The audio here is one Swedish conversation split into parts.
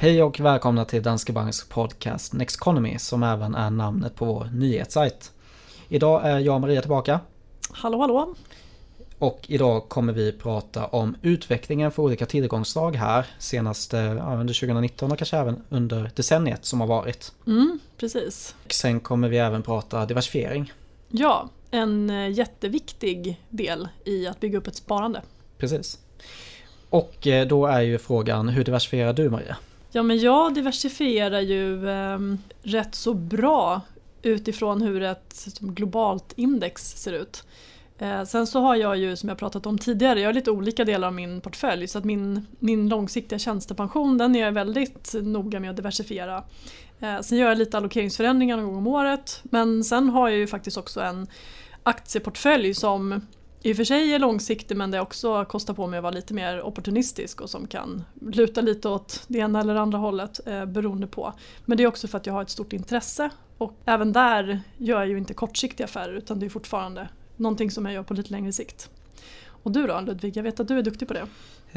Hej och välkomna till Danske Banks podcast Nexconomy som även är namnet på vår nyhetssajt. Idag är jag och Maria tillbaka. Hallå, hallå. Och idag kommer vi prata om utvecklingen för olika tillgångsslag här senast under 2019 och kanske även under decenniet som har varit. Precis. Sen kommer vi även prata diversifiering. Ja, en jätteviktig del i att bygga upp ett sparande. Precis. Och då är ju frågan, hur diversifierar du, Maria? Ja, men jag diversifierar ju rätt så bra utifrån hur ett globalt index ser ut. Sen så har jag ju, som jag pratat om tidigare, jag har lite olika delar av min portfölj. Så att min långsiktiga tjänstepension, den är jag väldigt noga med att diversifiera. Sen gör jag lite allokeringsförändringar någon gång om året. Men sen har jag ju faktiskt också en aktieportfölj som i och för sig är långsiktig, men det också kostar på mig att vara lite mer opportunistisk och som kan luta lite åt det ena eller andra hållet beroende på. Men det är också för att jag har ett stort intresse, och även där gör jag ju inte kortsiktiga affärer, utan det är fortfarande någonting som jag gör på lite längre sikt. Och du då, Ludvig? Jag vet att du är duktig på det.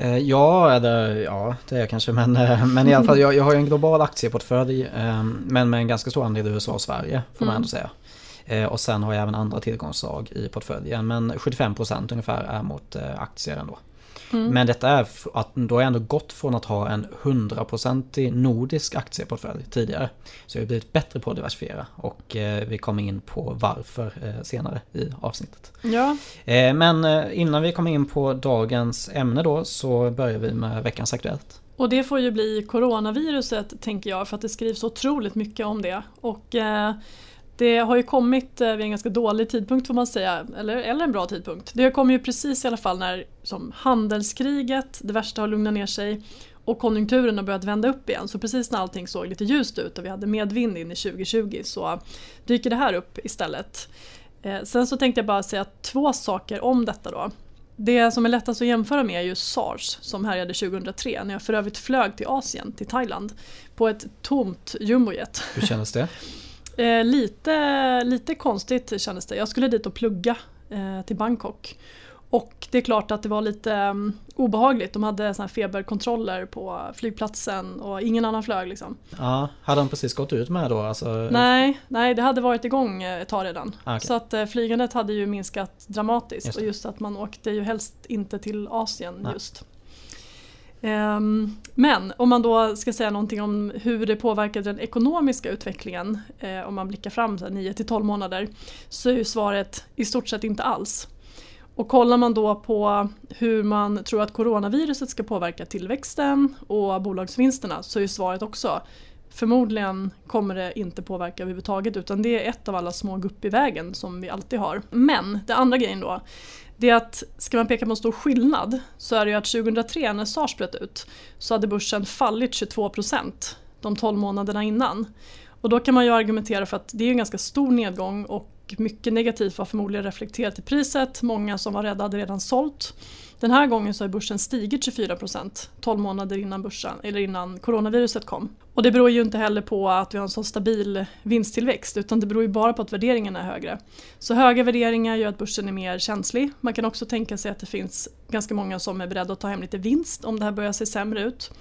Ja, det är jag kanske, men i alla fall, jag har ju en global aktieportfölj, men med en ganska stor andel i USA och Sverige, får man ändå säga. Och sen har jag även andra tillgångsslag i portföljen, men 75% ungefär är mot aktier ändå. Men detta är att då har jag ändå gått från att ha en 100% nordisk aktieportfölj tidigare. Så jag har blivit bättre på att diversifiera, och vi kommer in på varför senare i avsnittet. Ja. Men innan vi kommer in på dagens ämne då, så börjar vi med veckans Aktuellt. Och det får ju bli coronaviruset, tänker jag, för att det skrivs otroligt mycket om det. Och det har ju kommit vid en ganska dålig tidpunkt, får man säga, eller en bra tidpunkt. Det kommer ju precis i alla fall när som handelskriget, det värsta, har lugnat ner sig och konjunkturen har börjat vända upp igen. Så precis när allting såg lite ljust ut och vi hade medvind in i 2020, så dyker det här upp istället. Sen så tänkte jag bara säga 2 saker om detta då. Det som är lättast att jämföra med är ju SARS som härjade 2003, när jag för övrigt flög till Asien, till Thailand, på ett tomt jumbojet. Hur kändes det? Lite konstigt kändes det. Jag skulle dit och plugga till Bangkok. Och det är klart att det var lite obehagligt. De hade såna här feberkontroller på flygplatsen och ingen annan flög liksom. Ja, hade de precis gått ut med då? Alltså... Nej, det hade varit igång ett tag redan. Okay. Så att flygandet hade ju minskat dramatiskt. Och just att man åkte ju helst inte till Asien just. Men om man då ska säga någonting om hur det påverkar den ekonomiska utvecklingen, om man blickar fram 9-12 månader, så är ju svaret i stort sett inte alls. Och kollar man då på hur man tror att coronaviruset ska påverka tillväxten och bolagsvinsterna, så är ju svaret också förmodligen kommer det inte påverka överhuvudtaget, utan det är ett av alla små gupp i vägen som vi alltid har. Men det andra grejen då, det är att ska man peka på en stor skillnad, så är det ju att 2003 när SARS bröt ut så hade börsen fallit 22% de 12 månaderna innan. Och då kan man ju argumentera för att det är en ganska stor nedgång, och mycket negativt var förmodligen reflekterat i priset. Många som var rädda hade redan sålt. Den här gången så har börsen stigit 24% 12 månader innan coronaviruset kom. Och det beror ju inte heller på att vi har en så stabil vinsttillväxt, utan det beror ju bara på att värderingarna är högre. Så höga värderingar gör att börsen är mer känslig. Man kan också tänka sig att det finns ganska många som är beredda att ta hem lite vinst om det här börjar se sämre ut.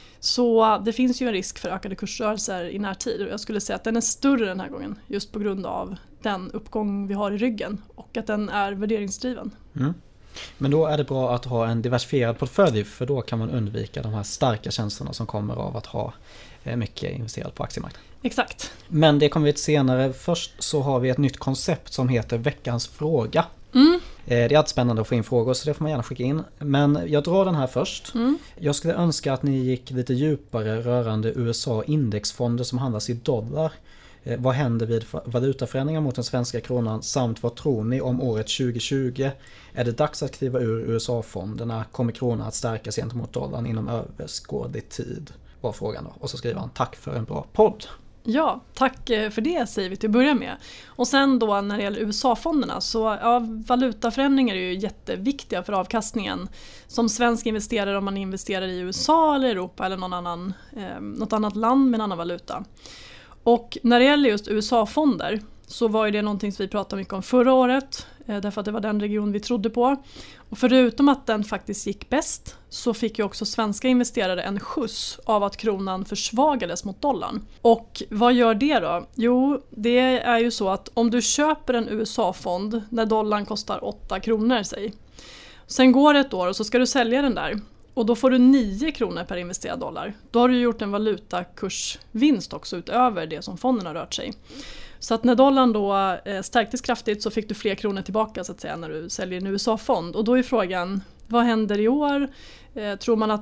Så det finns ju en risk för ökade kursrörelser i närtid, och jag skulle säga att den är större den här gången just på grund av den uppgång vi har i ryggen och att den är värderingsdriven. Men då är det bra att ha en diversifierad portfölj, för då kan man undvika de här starka känslorna som kommer av att ha mycket investerat på aktiemarknaden. Exakt. Men det kommer vi till senare. Först så har vi ett nytt koncept som heter Veckans fråga. Det är alltid spännande att få in frågor, så det får man gärna skicka in. Men jag drar den här först. Jag skulle önska att ni gick lite djupare rörande USA-indexfonder som handlas i dollar. Vad händer vid valutaförändringar mot den svenska kronan, samt vad tror ni om året 2020? Är det dags att kliva ur USA-fonderna? Kommer kronan att stärkas gentemot dollarn inom överskådlig tid? Var frågan då. Och så skriver han: tack för en bra podd. Ja, tack för det säger vi till att börja med. Och sen då när det gäller USA-fonderna, så valutaförändringar är ju jätteviktiga för avkastningen. Som svensk investerare, om man investerar i USA eller Europa eller något annat land med en annan valuta. Och när det gäller just USA-fonder, så var ju det någonting som vi pratade mycket om förra året. Därför att det var den region vi trodde på. Och förutom att den faktiskt gick bäst så fick ju också svenska investerare en skjuts av att kronan försvagades mot dollarn. Och vad gör det då? Jo, det är ju så att om du köper en USA-fond när dollarn kostar 8 kronor, säg. Sen går ett år och så ska du sälja den där. Och då får du 9 kronor per investerad dollar. Då har du gjort en valutakursvinst också utöver det som fonden har rört sig. Så att när dollarn då stärktes kraftigt så fick du fler kronor tillbaka så att säga när du säljer en USA-fond. Och då är frågan, vad händer i år? Tror man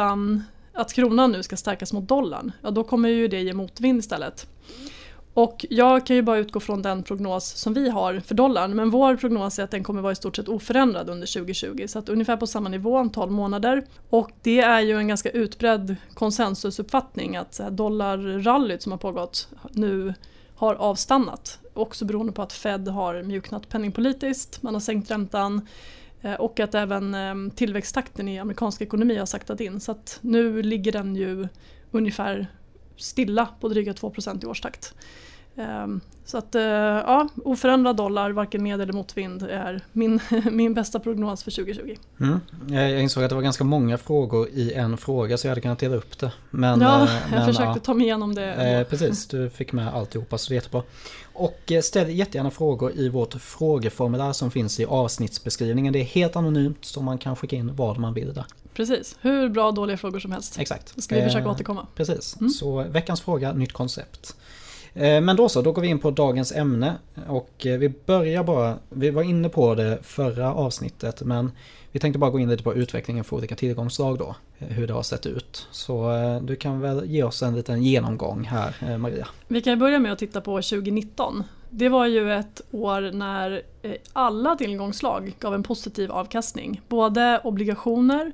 att kronan nu ska stärkas mot dollarn? Ja, då kommer ju det ge motvind istället. Och jag kan ju bara utgå från den prognos som vi har för dollarn. Men vår prognos är att den kommer vara i stort sett oförändrad under 2020. Så att ungefär på samma nivå om 12 månader. Och det är ju en ganska utbredd konsensusuppfattning att dollarrallyt som har pågått nu har avstannat. Också beroende på att Fed har mjuknat penningpolitiskt. Man har sänkt räntan. Och att även tillväxttakten i amerikansk ekonomi har saktat in. Så att nu ligger den ju ungefär stilla på dryga 2% i årstakt. Så att oförändrad dollar, varken med eller motvind, är min bästa prognos för 2020. Jag insåg att det var ganska många frågor i en fråga så jag hade kunnat dela upp det. Men, jag försökte ta mig igenom det. Precis, du fick med alltihopa så det är jättebra. Och ställ jättegärna frågor i vårt frågeformulär som finns i avsnittsbeskrivningen. Det är helt anonymt så man kan skicka in vad man vill där. Precis, hur bra dåliga frågor som helst. Exakt. Ska vi försöka återkomma. Precis, så veckans fråga, nytt koncept. Men då går vi in på dagens ämne och vi var inne på det förra avsnittet men vi tänkte bara gå in lite på utvecklingen för olika tillgångslag då, hur det har sett ut. Så du kan väl ge oss en liten genomgång här, Maria. Vi kan börja med att titta på 2019. Det var ju ett år när alla tillgångslag gav en positiv avkastning. Både obligationer,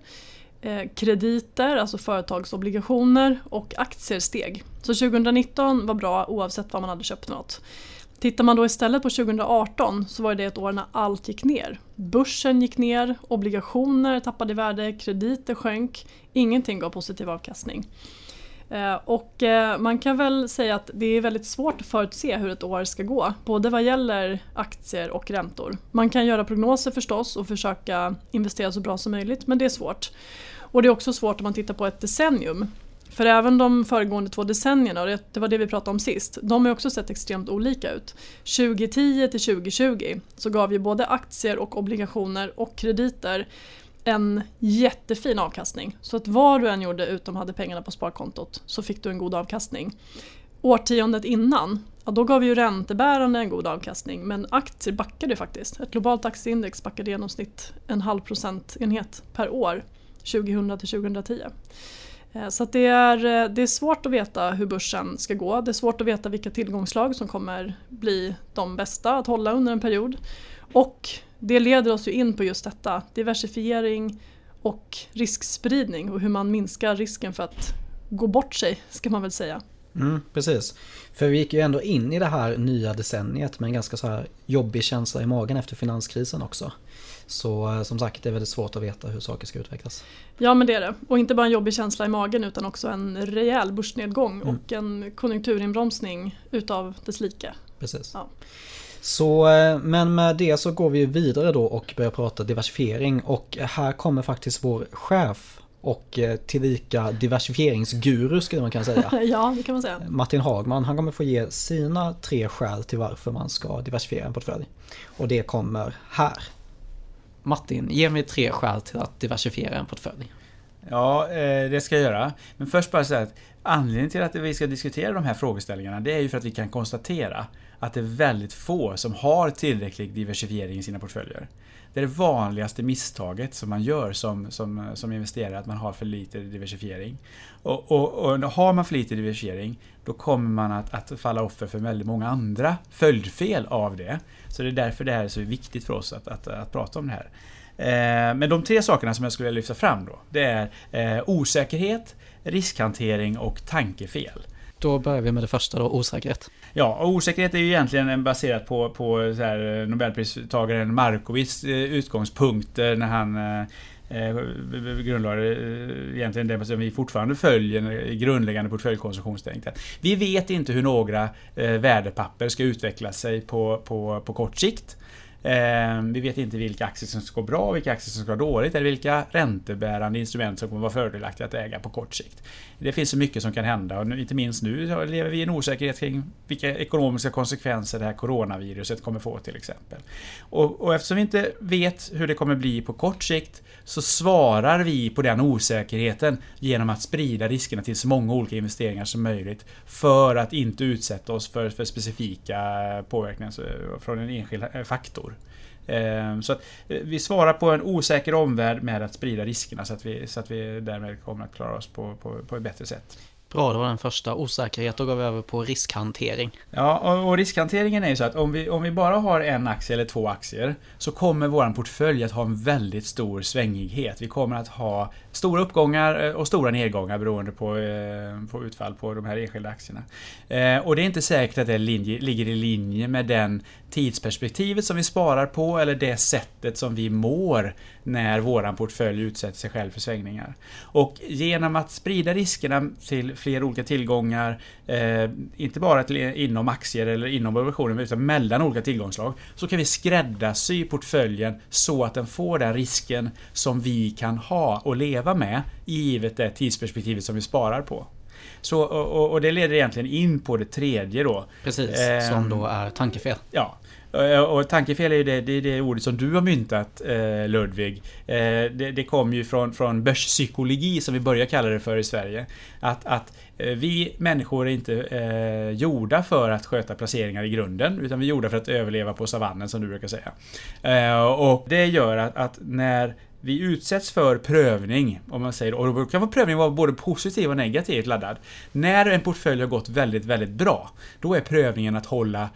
krediter, alltså företagsobligationer och aktier steg. Så 2019 var bra oavsett vad man hade köpt något. Tittar man då istället på 2018 så var det ett år när allt gick ner. Börsen gick ner, obligationer tappade i värde, krediter sjönk, ingenting gav positiv avkastning. Och man kan väl säga att det är väldigt svårt att förutse hur ett år ska gå, både vad gäller aktier och räntor. Man kan göra prognoser förstås och försöka investera så bra som möjligt, men det är svårt. Och det är också svårt om man tittar på ett decennium. För även de föregående 2 decennierna, och det var det vi pratade om sist, de har också sett extremt olika ut. 2010 till 2020 så gav ju både aktier och obligationer och krediter en jättefin avkastning. Så att vad du än gjorde utom hade pengarna på sparkontot så fick du en god avkastning. Årtiondet innan, då gav ju räntebärande en god avkastning, men aktier backade faktiskt. Ett globalt aktieindex backade i genomsnitt 0,5 procentenhet per år 2000 till 2010. Så att det är svårt att veta hur börsen ska gå. Det är svårt att veta vilka tillgångslag som kommer bli de bästa att hålla under en period. Och det leder oss ju in på just detta, diversifiering och riskspridning och hur man minskar risken för att gå bort sig, ska man väl säga. Precis, för vi gick ju ändå in i det här nya decenniet med en ganska så här jobbig känsla i magen efter finanskrisen också. Så som sagt, det är väldigt svårt att veta hur saker ska utvecklas. Ja, men det är det. Och inte bara en jobbig känsla i magen utan också en rejäl börsnedgång och en konjunkturinbromsning utav dess like. Precis. Ja. Så, men med det så går vi vidare då och börjar prata diversifiering. Och här kommer faktiskt vår chef och tillika diversifieringsguru skulle man kunna säga. Ja, det kan man säga. Martin Hagman, han kommer få ge sina 3 skäl till varför man ska diversifiera en portfölj. Och det kommer här. Martin, ge mig 3 skäl till att diversifiera en portfölj. Ja, det ska jag göra. Men först bara säga att anledningen till att vi ska diskutera de här frågeställningarna, det är ju för att vi kan konstatera att det är väldigt få som har tillräcklig diversifiering i sina portföljer. Det är det vanligaste misstaget som man gör som investerare, att man har för lite diversifiering. Och har man för lite diversifiering, då kommer man att falla offer för väldigt många andra följdfel av det. Så det är därför det här är så viktigt för oss att prata om det här. Men de 3 sakerna som jag skulle vilja lyfta fram då, det är osäkerhet, riskhantering och tankefel. Då börjar vi med det första då, osäkerhet. Ja, och osäkerhet är ju egentligen baserat på så här, Nobelpristagaren Markowitz utgångspunkter när han grundlagar, egentligen det som vi fortfarande följer, grundläggande portföljkonsumtionstänket. Vi vet inte hur några värdepapper ska utveckla sig på kort sikt. Vi vet inte vilka aktier som ska gå bra, vilka aktier som ska gå dåligt eller vilka räntebärande instrument som kommer vara fördelaktiga att äga på kort sikt. Det finns så mycket som kan hända och inte minst nu lever vi i en osäkerhet kring vilka ekonomiska konsekvenser det här coronaviruset kommer få till exempel. Och eftersom vi inte vet hur det kommer bli på kort sikt så svarar vi på den osäkerheten genom att sprida riskerna till så många olika investeringar som möjligt för att inte utsätta oss för specifika påverkningar från en enskild faktor. Så att vi svarar på en osäker omvärld med att sprida riskerna så att vi därmed kommer att klara oss på ett bättre sätt. Bra, det var den första. Osäkerhet, då går vi över på riskhantering. Ja, och riskhanteringen är ju så att om vi bara har en aktie eller 2 aktier så kommer våran portfölj att ha en väldigt stor svängighet. Vi kommer att ha stora uppgångar och stora nedgångar beroende på utfall på de här enskilda aktierna. Och det är inte säkert att det ligger i linje med den tidsperspektivet som vi sparar på eller det sättet som vi mår när våran portfölj utsätter sig själv för svängningar. Och genom att sprida riskerna till fler olika tillgångar, inte bara inom aktier eller inom obligationer utan mellan olika tillgångslag, så kan vi skräddarsy portföljen så att den får den risken som vi kan ha och leva med givet det tidsperspektivet som vi sparar på. Så, och det leder egentligen in på det tredje då. Precis, som då är tankefel. Ja. Och tankefel är ju det ordet som du har myntat, Ludvig. Det kom ju från börspsykologi som vi börjar kalla det för i Sverige. Att vi människor är inte gjorda för att sköta placeringar i grunden, utan vi är gjorda för att överleva på savannen, som du brukar säga. Och det gör att när vi utsätts för prövning, om man säger, och då kan prövning vara både positiv och negativt laddad. När en portfölj har gått väldigt, väldigt bra, då är prövningen att hålla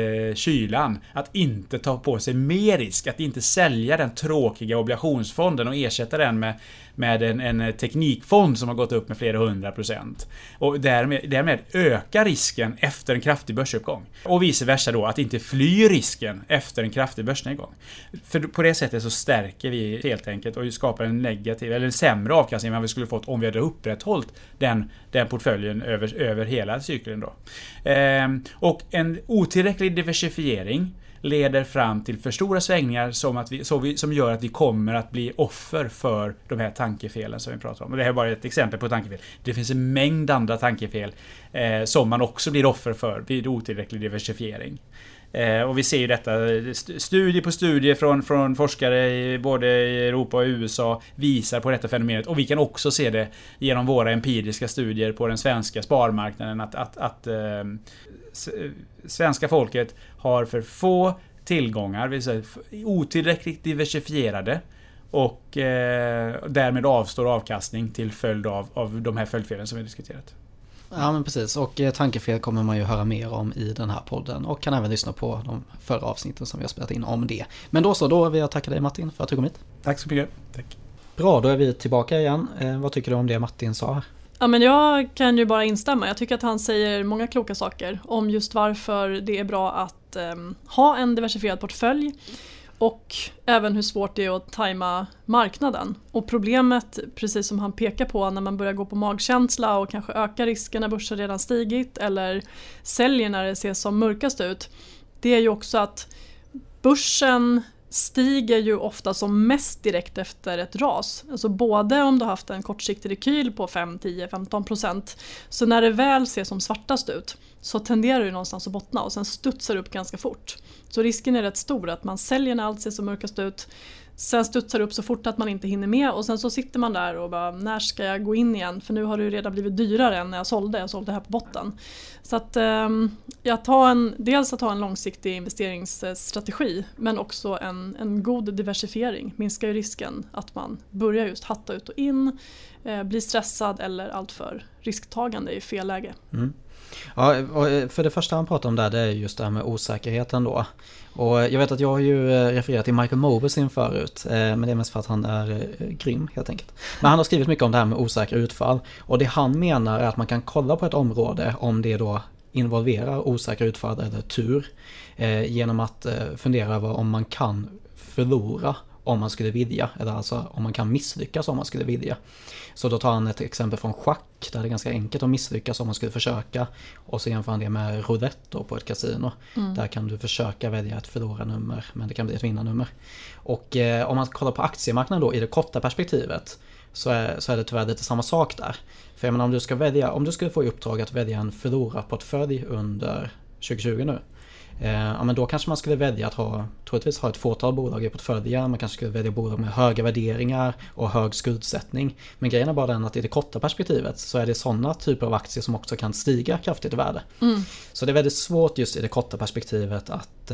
kylan, att inte ta på sig mer risk, att inte sälja den tråkiga obligationsfonden och ersätta den med en teknikfond som har gått upp med flera 100%. Och därmed ökar risken efter en kraftig börsuppgång. Och vice versa då, att inte fly risken efter en kraftig börsnedgång. För på det sättet så stärker vi helt enkelt och skapar en negativ eller en sämre avkastning än vad vi skulle fått om vi hade upprätthållit den portföljen över hela cykeln då. Och en otillräcklig diversifiering leder fram till för stora svängningar som gör att vi kommer att bli offer för de här tankefelen som vi pratar om. Och det här är bara ett exempel på tankefel. Det finns en mängd andra tankefel som man också blir offer för vid otillräcklig diversifiering. Och vi ser ju detta studie på studie från forskare både i Europa och USA visar på detta fenomenet, och vi kan också se det genom våra empiriska studier på den svenska sparmarknaden att svenska folket har för få tillgångar, vill säga otillräckligt diversifierade, och därmed avstår avkastning till följd av de här följdfelen som vi diskuterat. Ja, men precis, och tankefel kommer man ju höra mer om i den här podden och kan även lyssna på de förra avsnitten som vi har spelat in om det. Men då vill jag tacka dig, Martin, för att du kom hit. Tack så mycket. Tack. Bra, då är vi tillbaka igen. Vad tycker du om det Martin sa här? Ja, men jag kan ju bara instämma. Jag tycker att han säger många kloka saker om just varför det är bra att ha en diversifierad portfölj. Och även hur svårt det är att tajma marknaden. Och problemet, precis som han pekar på, när man börjar gå på magkänsla och kanske ökar risken när börsen redan stigit eller säljer när det ser som mörkast ut, det är ju också att börsen stiger ju ofta som mest direkt efter ett ras. Alltså både om du har haft en kortsiktig rekyl på 5, 10, 15%, så när det väl ser som svartast ut så tenderar det någonstans att bottna och sen studsar upp ganska fort. Så risken är rätt stor att man säljer när allt ser som mörkast ut, sen studsar upp så fort att man inte hinner med, och sen så sitter man där och bara, när ska jag gå in igen? För nu har det ju redan blivit dyrare än när jag sålde här på botten. Så att dels att ha en långsiktig investeringsstrategi, men också en god diversifiering minskar ju risken att man börjar just hatta ut och in, blir stressad eller alltför risktagande i fel läge. Mm. Ja, och för det första han pratar om där, det är just det här med osäkerheten då. Och jag vet att jag har ju refererat till Michael Mauboussin förut, men det är mest för att han är grym helt enkelt. Men han har skrivit mycket om det här med osäkra utfall, och det han menar är att man kan kolla på ett område om det då involverar osäkra utfall eller tur, genom att fundera över om man kan förlora om man skulle vilja, eller alltså om man kan misslyckas om man skulle vilja. Så då tar han ett exempel från schack där det är ganska enkelt att misslyckas om man skulle försöka, och så jämför han det med roulette på ett kasino. Där kan du försöka välja ett förlorarnummer, men det kan bli ett vinnarnummer. Och om man kollar på aktiemarknaden då i det korta perspektivet så är det tyvärr lite samma sak där. För jag menar, om du skulle få i uppdrag att välja en förlorarportfölj under 2020 nu, men då kanske man skulle välja att troligtvis ha ett fåtal bolag i portföljen. Man kanske skulle välja bolag med höga värderingar och hög skuldsättning. Men grejen är bara den att i det korta perspektivet så är det sådana typer av aktier som också kan stiga kraftigt i värde. Så det är väldigt svårt just i det korta perspektivet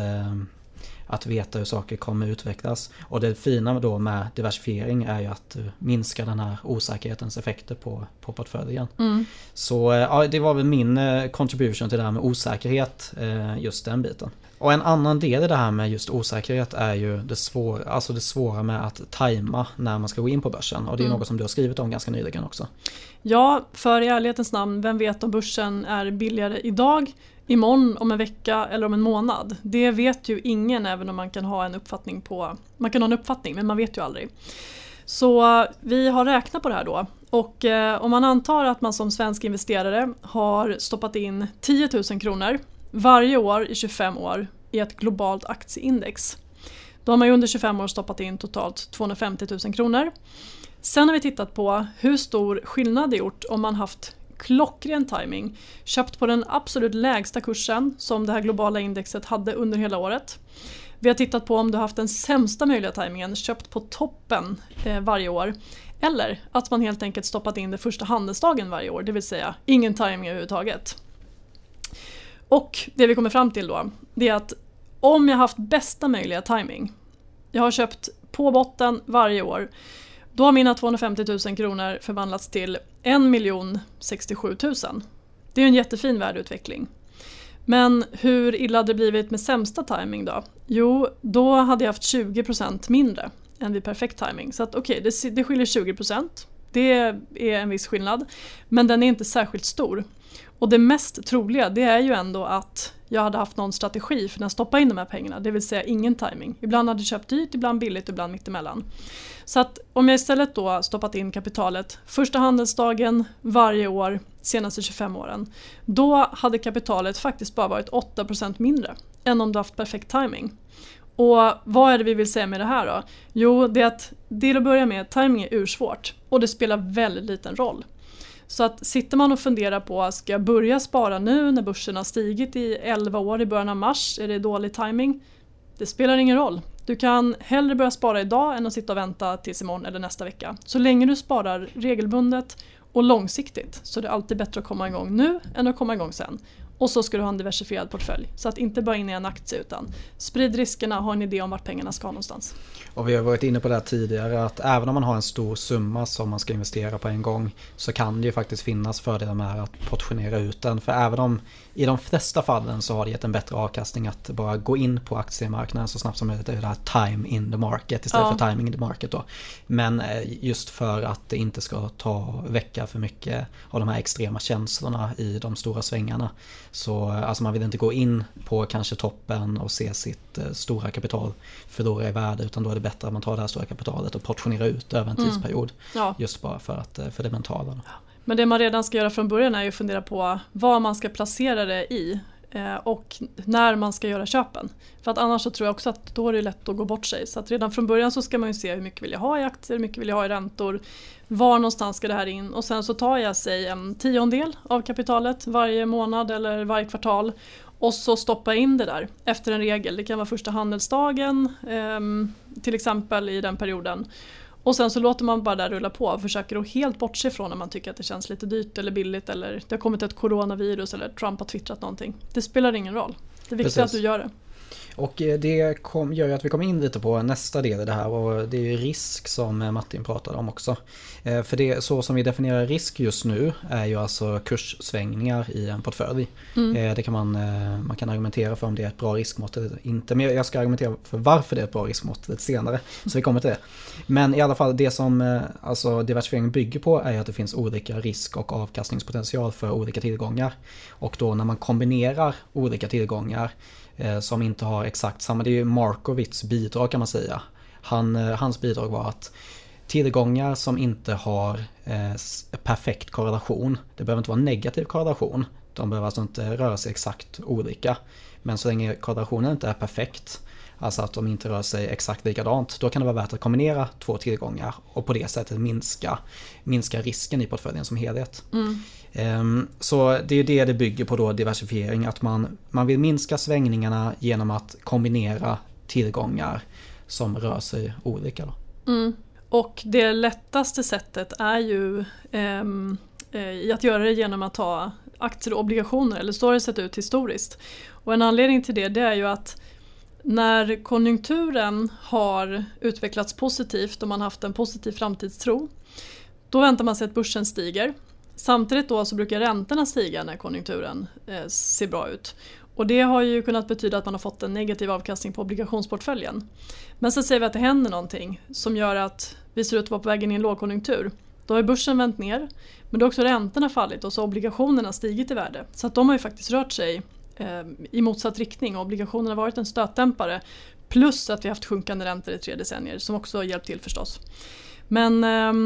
att veta hur saker kommer utvecklas. Och det fina då med diversifiering är ju att du minskar den här osäkerhetens effekter på portföljen. Så ja, det var väl min contribution till det här med osäkerhet, just den biten. Och en annan del i det här med just osäkerhet är ju det svåra med att tajma när man ska gå in på börsen. Och det är något som du har skrivit om ganska nyligen också. Ja, för i ärlighetens namn, vem vet om börsen är billigare idag, imorgon, om en vecka eller om en månad? Det vet ju ingen, även om man kan ha en uppfattning men man vet ju aldrig. Så vi har räknat på det här då. Och om man antar att man som svensk investerare har stoppat in 10 000 kronor varje år i 25 år i ett globalt aktieindex. Då har man ju under 25 år stoppat in totalt 250 000 kronor. Sen har vi tittat på hur stor skillnad det gjort om man haft klockren timing, köpt på den absolut lägsta kursen som det här globala indexet hade under hela året. Vi har tittat på om du har haft den sämsta möjliga timingen, köpt på toppen varje år, eller att man helt enkelt stoppat in det första handelsdagen varje år, det vill säga ingen timing överhuvudtaget. Och det vi kommer fram till då, det är att om jag haft bästa möjliga timing, jag har köpt på botten varje år, då har mina 250 000 kronor förvandlats till 1 067 000. Det är en jättefin värdeutveckling. Men hur illa hade det blivit med sämsta timing då? Jo, då hade jag haft 20% mindre än vid perfekt timing. Så att okej, det skiljer 20%. Det är en viss skillnad. Men den är inte särskilt stor. Och det mest troliga, det är ju ändå att jag hade haft någon strategi för att stoppa in de här pengarna. Det vill säga ingen timing. Ibland hade jag köpt dyrt, ibland billigt, ibland mittemellan. Så att om jag istället då stoppat in kapitalet första handelsdagen varje år senaste 25 åren, då hade kapitalet faktiskt bara varit 8% mindre än om du haft perfekt timing. Och vad är det vi vill säga med det här då? Jo, det är att det att börja med, timing är ursvårt och det spelar väldigt liten roll. Så att sitter man och funderar på, ska jag börja spara nu när börsen har stigit i 11 år i början av mars? Är det dålig timing? Det spelar ingen roll. Du kan hellre börja spara idag än att sitta och vänta tills imorgon eller nästa vecka. Så länge du sparar regelbundet och långsiktigt så är det alltid bättre att komma igång nu än att komma igång sen. Och så ska du ha en diversifierad portfölj. Så att inte bara in i en aktie utan sprid riskerna, ha en idé om vart pengarna ska någonstans. Och vi har varit inne på det här tidigare att även om man har en stor summa som man ska investera på en gång så kan det ju faktiskt finnas fördelar med att portionera ut den. För även om i de flesta fallen så har det gett en bättre avkastning att bara gå in på aktiemarknaden så snabbt som möjligt. Det är det här time in the market istället för timing in the market då. Men just för att det inte ska väcka för mycket av de här extrema känslorna i de stora svängarna. Så alltså man vill inte gå in på kanske toppen och se sitt stora kapital förlora i värde, utan då är det bättre att man tar det här stora kapitalet och portionerar ut över en tidsperiod. Just bara för det mentala. Men det man redan ska göra från början är ju att fundera på vad man ska placera det i och när man ska göra köpen. För att annars så tror jag också att då är det lätt att gå bort sig. Så att redan från början så ska man ju se hur mycket vill jag ha i aktier, hur mycket vill jag ha i räntor, var någonstans ska det här in. Och sen så tar jag sig en 10% av kapitalet varje månad eller varje kvartal och så stoppa in det där efter en regel. Det kan vara första handelsdagen till exempel i den perioden. Och sen så låter man bara där rulla på och försöker att helt bortse från när man tycker att det känns lite dyrt eller billigt eller det har kommit ett coronavirus eller Trump har twittrat någonting. Det spelar ingen roll. Det är viktigt att du gör det. Och det gör ju att vi kommer in lite på nästa del i det här, och det är ju risk som Martin pratade om också. För det så som vi definierar risk just nu är ju alltså kurssvängningar i en portfölj. Det kan man kan argumentera för om det är ett bra riskmått eller inte, men jag ska argumentera för varför det är ett bra riskmått lite senare, så vi kommer till det. Men i alla fall det som alltså diversifiering bygger på är att det finns olika risk- och avkastningspotential för olika tillgångar, och då när man kombinerar olika tillgångar som inte har exakt samma, det är ju Markowitz bidrag kan man säga. Hans bidrag var att tillgångar som inte har perfekt korrelation, det behöver inte vara negativ korrelation, de behöver alltså inte röra sig exakt olika, men så länge korrelationen inte är perfekt, alltså att de inte rör sig exakt likadant, då kan det vara värt att kombinera två tillgångar och på det sättet minska risken i portföljen som helhet. Så det är det bygger på då, diversifiering, att man vill minska svängningarna genom att kombinera tillgångar som rör sig olika då. Och det lättaste sättet är ju att göra det genom att ta aktier och obligationer, eller så har det sett ut historiskt. Och en anledning till det är ju att när konjunkturen har utvecklats positivt och man haft en positiv framtidstro, då väntar man sig att börsen stiger. Samtidigt då så brukar räntorna stiga när konjunkturen ser bra ut. Och det har ju kunnat betyda att man har fått en negativ avkastning på obligationsportföljen. Men så säger vi att det händer någonting som gör att vi ser ut att vara på vägen i en lågkonjunktur. Då har börsen vänt ner, men då har också räntorna fallit och så obligationerna stigit i värde. Så att de har ju faktiskt rört sig i motsatt riktning, och obligationerna har varit en stötdämpare. Plus att vi har haft sjunkande räntor i 3 decennier som också har hjälpt till förstås. Men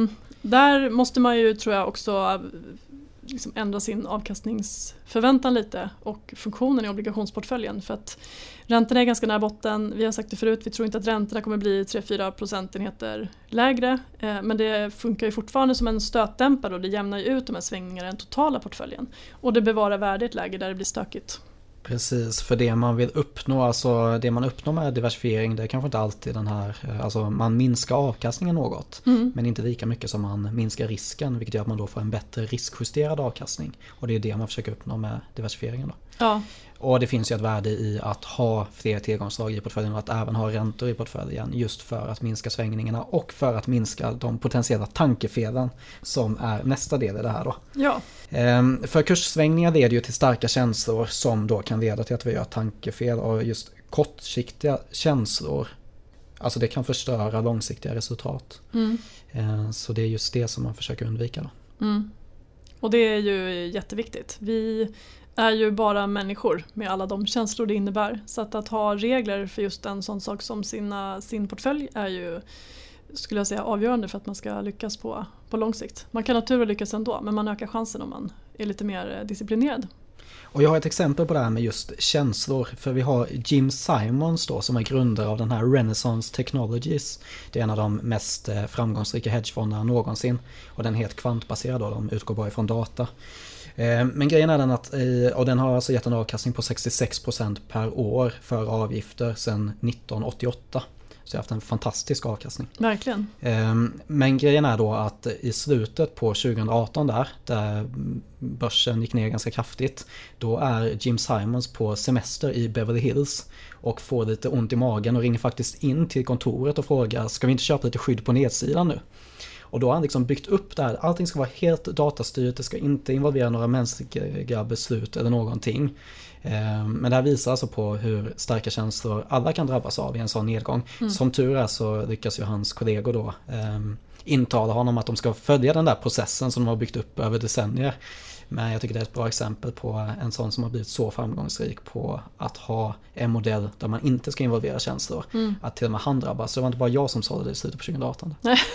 där måste man ju, tror jag, också liksom ändra sin avkastningsförväntan lite och funktionen i obligationsportföljen, för att räntorna är ganska nära botten. Vi har sagt det förut, vi tror inte att räntorna kommer bli 3-4 procentenheter lägre, men det funkar ju fortfarande som en stötdämpare och det jämnar ju ut de här svängningarna i den totala portföljen, och det bevarar värde i ett läge där det blir stökigt. Precis, för det man vill uppnå, alltså det man uppnår med diversifiering, det är kanske inte alltid den här, alltså man minskar avkastningen något, men inte lika mycket som man minskar risken, vilket gör att man då får en bättre riskjusterad avkastning, och det är det man försöker uppnå med diversifieringen då. Ja. Och det finns ju ett värde i att ha fler tillgångsslag i portföljen och att även ha räntor i portföljen, just för att minska svängningarna och för att minska de potentiella tankefelen som är nästa del i det här då. Ja. För kurssvängningar leder ju till starka känslor som då kan leda till att vi gör tankefel, och just kortsiktiga känslor, alltså det kan förstöra långsiktiga resultat. Så det är just det som man försöker undvika då. Och det är ju jätteviktigt. Vi är ju bara människor med alla de känslor det innebär. Så att ha regler för just en sån sak som sin portfölj är ju, skulle jag säga, avgörande för att man ska lyckas på lång sikt. Man kan ha tur och lyckas ändå, men man ökar chansen om man är lite mer disciplinerad. Och jag har ett exempel på det här med just känslor, för vi har Jim Simons då, som är grundare av den här Renaissance Technologies. Det är en av de mest framgångsrika hedgefonderna någonsin, och den är helt kvantbaserad då, de utgår bara ifrån data. Men grejen är den att, och den har alltså gett en avkastning på 66% per år för avgifter sedan 1988. Så jag har haft en fantastisk avkastning. Verkligen. Men grejen är då att i slutet på 2018 där börsen gick ner ganska kraftigt, då är Jim Simons på semester i Beverly Hills och får lite ont i magen och ringer faktiskt in till kontoret och frågar: ska vi inte köpa lite skydd på nedsidan nu? Och då har han liksom byggt upp det här. Allting ska vara helt datastyrt. Det ska inte involvera några mänskliga beslut eller någonting. Men det här visar alltså på hur starka känslor alla kan drabbas av i en sån nedgång. Som tur är så lyckas ju hans kollegor då intala honom att de ska följa den där processen som de har byggt upp över decennier. Men jag tycker det är ett bra exempel på en sån som har blivit så framgångsrik på att ha en modell där man inte ska involvera känslor. Att till och med han drabbas. Så det var inte bara jag som sa det i slutet på 2018.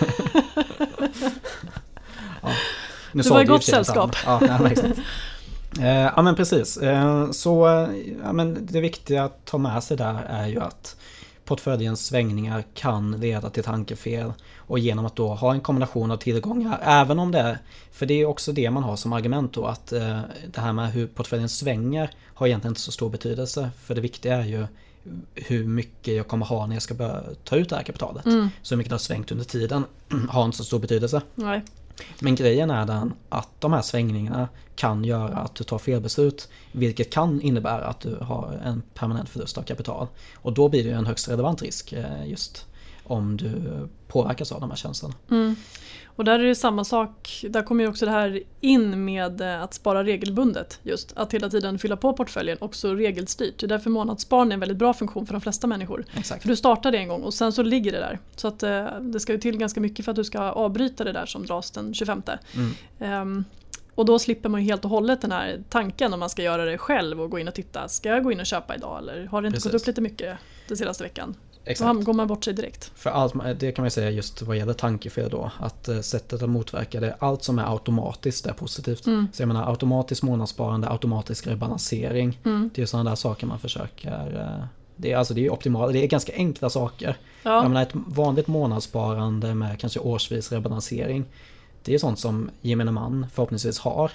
Ja, du var i gott sällskap. Ja, men precis. Så men det viktiga att ta med sig där är ju att portföljens svängningar kan leda till tankefel, och genom att då ha en kombination av tillgångar, även om det är, för det är också det man har som argument då, att det här med hur portföljen svänger har egentligen inte så stor betydelse, för det viktiga är ju hur mycket jag kommer ha när jag ska börja ta ut det här kapitalet. Så hur mycket det har svängt under tiden har inte så stor betydelse. Nej. Men grejen är den att de här svängningarna kan göra att du tar felbeslut, vilket kan innebära att du har en permanent förlust av kapital. Och då blir det en högst relevant risk just om du påverkas av de här känslorna. Och där är det samma sak, där kommer ju också det här in med att spara regelbundet, just att hela tiden fylla på portföljen, också regelstyrt. Det är därför månadssparande är en väldigt bra funktion för de flesta människor. Exakt. För du startar det en gång och sen så ligger det där. Så att det ska ju till ganska mycket för att du ska avbryta det där som dras den 25. Och då slipper man ju helt och hållet den här tanken om man ska göra det själv och gå in och titta. Ska jag gå in och köpa idag eller har det inte gått upp lite mycket den senaste veckan? Exakt. Då går man bort sig direkt. För allt, det kan man säga just vad gäller tankefel då, att sättet att motverka det, allt som är automatiskt är positivt. Så jag menar automatiskt månadssparande, automatisk rebalansering, det är sådana där saker man försöker, det är optimalt, det är ganska enkla saker. Ja. Jag menar ett vanligt månadssparande med kanske årsvis rebalansering, det är sånt som gemene man förhoppningsvis har.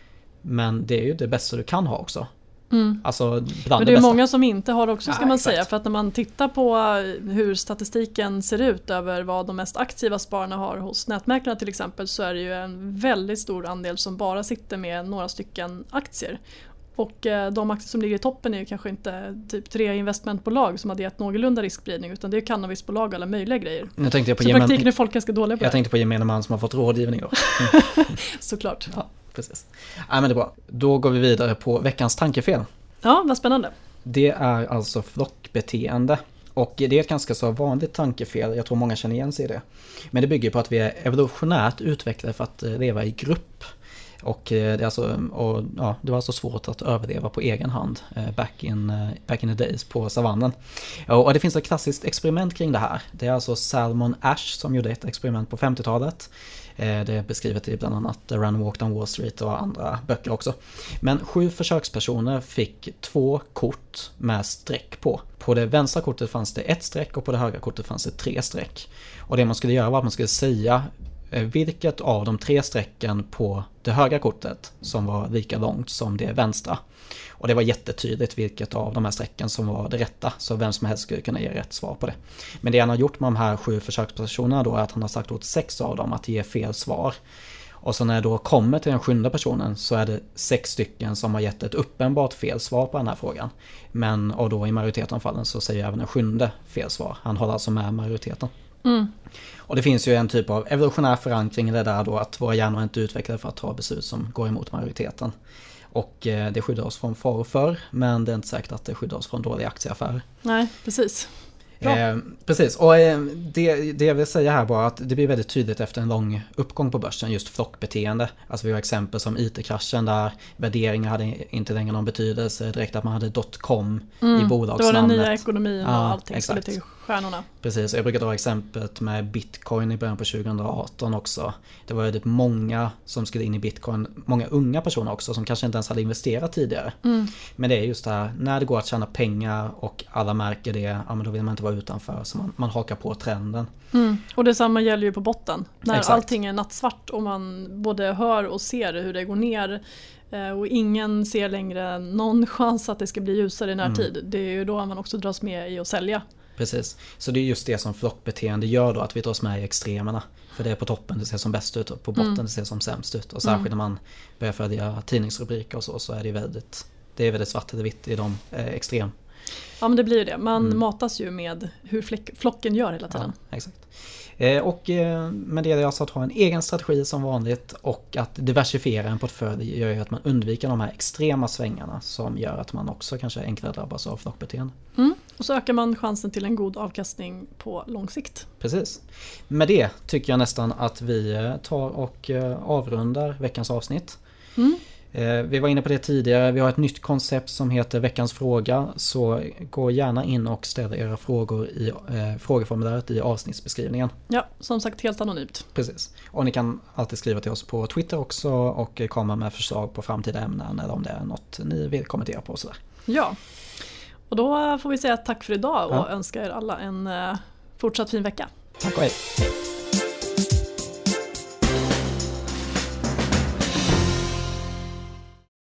Men det är ju det bästa du kan ha också. Alltså, men det är många som inte har också, ska man exakt. säga. För att när man tittar på hur statistiken ser ut över vad de mest aktiva spararna har hos nätmäklarna till exempel, så är det ju en väldigt stor andel som bara sitter med några stycken aktier. Och de aktier som ligger i toppen är ju kanske inte typ 3 investmentbolag som hade gett någorlunda riskspridning, utan det är cannabisbolag och alla möjliga grejer. Nu tänkte jag på så praktiken är folk ganska dåliga på det. Jag tänkte på gemene man som har fått rådgivning då. Såklart. Ja, precis. Men det är bra. Då går vi vidare på veckans tankefel. Ja, vad spännande. Det är alltså flockbeteende. Och det är ett ganska så vanligt tankefel. Jag tror många känner igen sig i det. Men det bygger på att vi är evolutionärt utvecklade för att leva i grupp. Och det är alltså, det var alltså svårt att överleva på egen hand back in the days på savannen. Och det finns ett klassiskt experiment kring det här. Det är alltså Salomon Asch som gjorde ett experiment på 50-talet. Det är beskrivet i bland annat The Run Walk Down Wall Street och andra böcker också. Men 7 försökspersoner fick 2 kort med streck på. På det vänstra kortet fanns det 1 streck och på det högra kortet fanns det 3 streck. Och det man skulle göra var att man skulle säga vilket av de 3 strecken på det högra kortet som var lika långt som det vänstra. Och det var jättetydligt vilket av de här strecken som var det rätta, så vem som helst skulle kunna ge rätt svar på det. Men det han har gjort med de här 7 försökspersonerna då är att han har sagt åt 6 av dem att ge fel svar. Och så när det då kommer till den 7:e personen så är det 6 stycken som har gett ett uppenbart fel svar på den här frågan. Och då i majoriteten av fallen så säger även den 7:e fel svar. Han håller alltså med majoriteten. Och det finns ju en typ av evolutionär förankring i det där då, att våra hjärnor inte är utvecklade för att ta beslut som går emot majoriteten. Och det skyddar oss från faror förr, men det är inte säkert att det skyddar oss från dåliga aktieaffärer. Nej, precis. Precis, och det jag vill säga här bara att det blir väldigt tydligt efter en lång uppgång på börsen, just flockbeteende. Alltså vi har exempel som IT-kraschen där värderingar hade inte längre någon betydelse, direkt att man hade .com i bolagsnamnet. Det var den nya ekonomin och allting exakt. skulle till stjärnorna. Precis, jag brukar dra exemplet med Bitcoin i början på 2018 också. Det var väldigt många som skulle in i Bitcoin, många unga personer också som kanske inte ens hade investerat tidigare. Men det är just det här, när det går att tjäna pengar och alla märker det, men då vill man inte vara utanför, så man hakar på trenden. Och detsamma gäller ju på botten. När Exakt. allting är nattsvart och man både hör och ser hur det går ner och ingen ser längre någon chans att det ska bli ljusare i närtid. Det är ju då man också dras med i att sälja. Precis, så det är just det som flockbeteende gör då, att vi dras med i extremerna. För det är på toppen det ser som bäst ut och på botten det ser som sämst ut. Och särskilt när man börjar följa tidningsrubriker och så är det är väldigt svart eller vitt i de extrem. Ja, men det blir ju det. Man matas ju med hur flocken gör hela tiden. Ja, exakt. Men det är alltså att ha en egen strategi som vanligt, och att diversifiera en portfölj gör ju att man undviker de här extrema svängarna som gör att man också kanske enklare drabbas av flockbeteende. Och så ökar man chansen till en god avkastning på lång sikt. Precis. Med det tycker jag nästan att vi tar och avrundar veckans avsnitt. Vi var inne på det tidigare. Vi har ett nytt koncept som heter veckans fråga. Så gå gärna in och ställ era frågor i frågeformuläret i avsnittsbeskrivningen. Ja, som sagt helt anonymt. Precis. Och ni kan alltid skriva till oss på Twitter också och komma med förslag på framtida ämnen eller om det är något ni vill kommentera på och sådär. Ja, och då får vi säga tack för idag och önska er alla en fortsatt fin vecka. Tack och hej.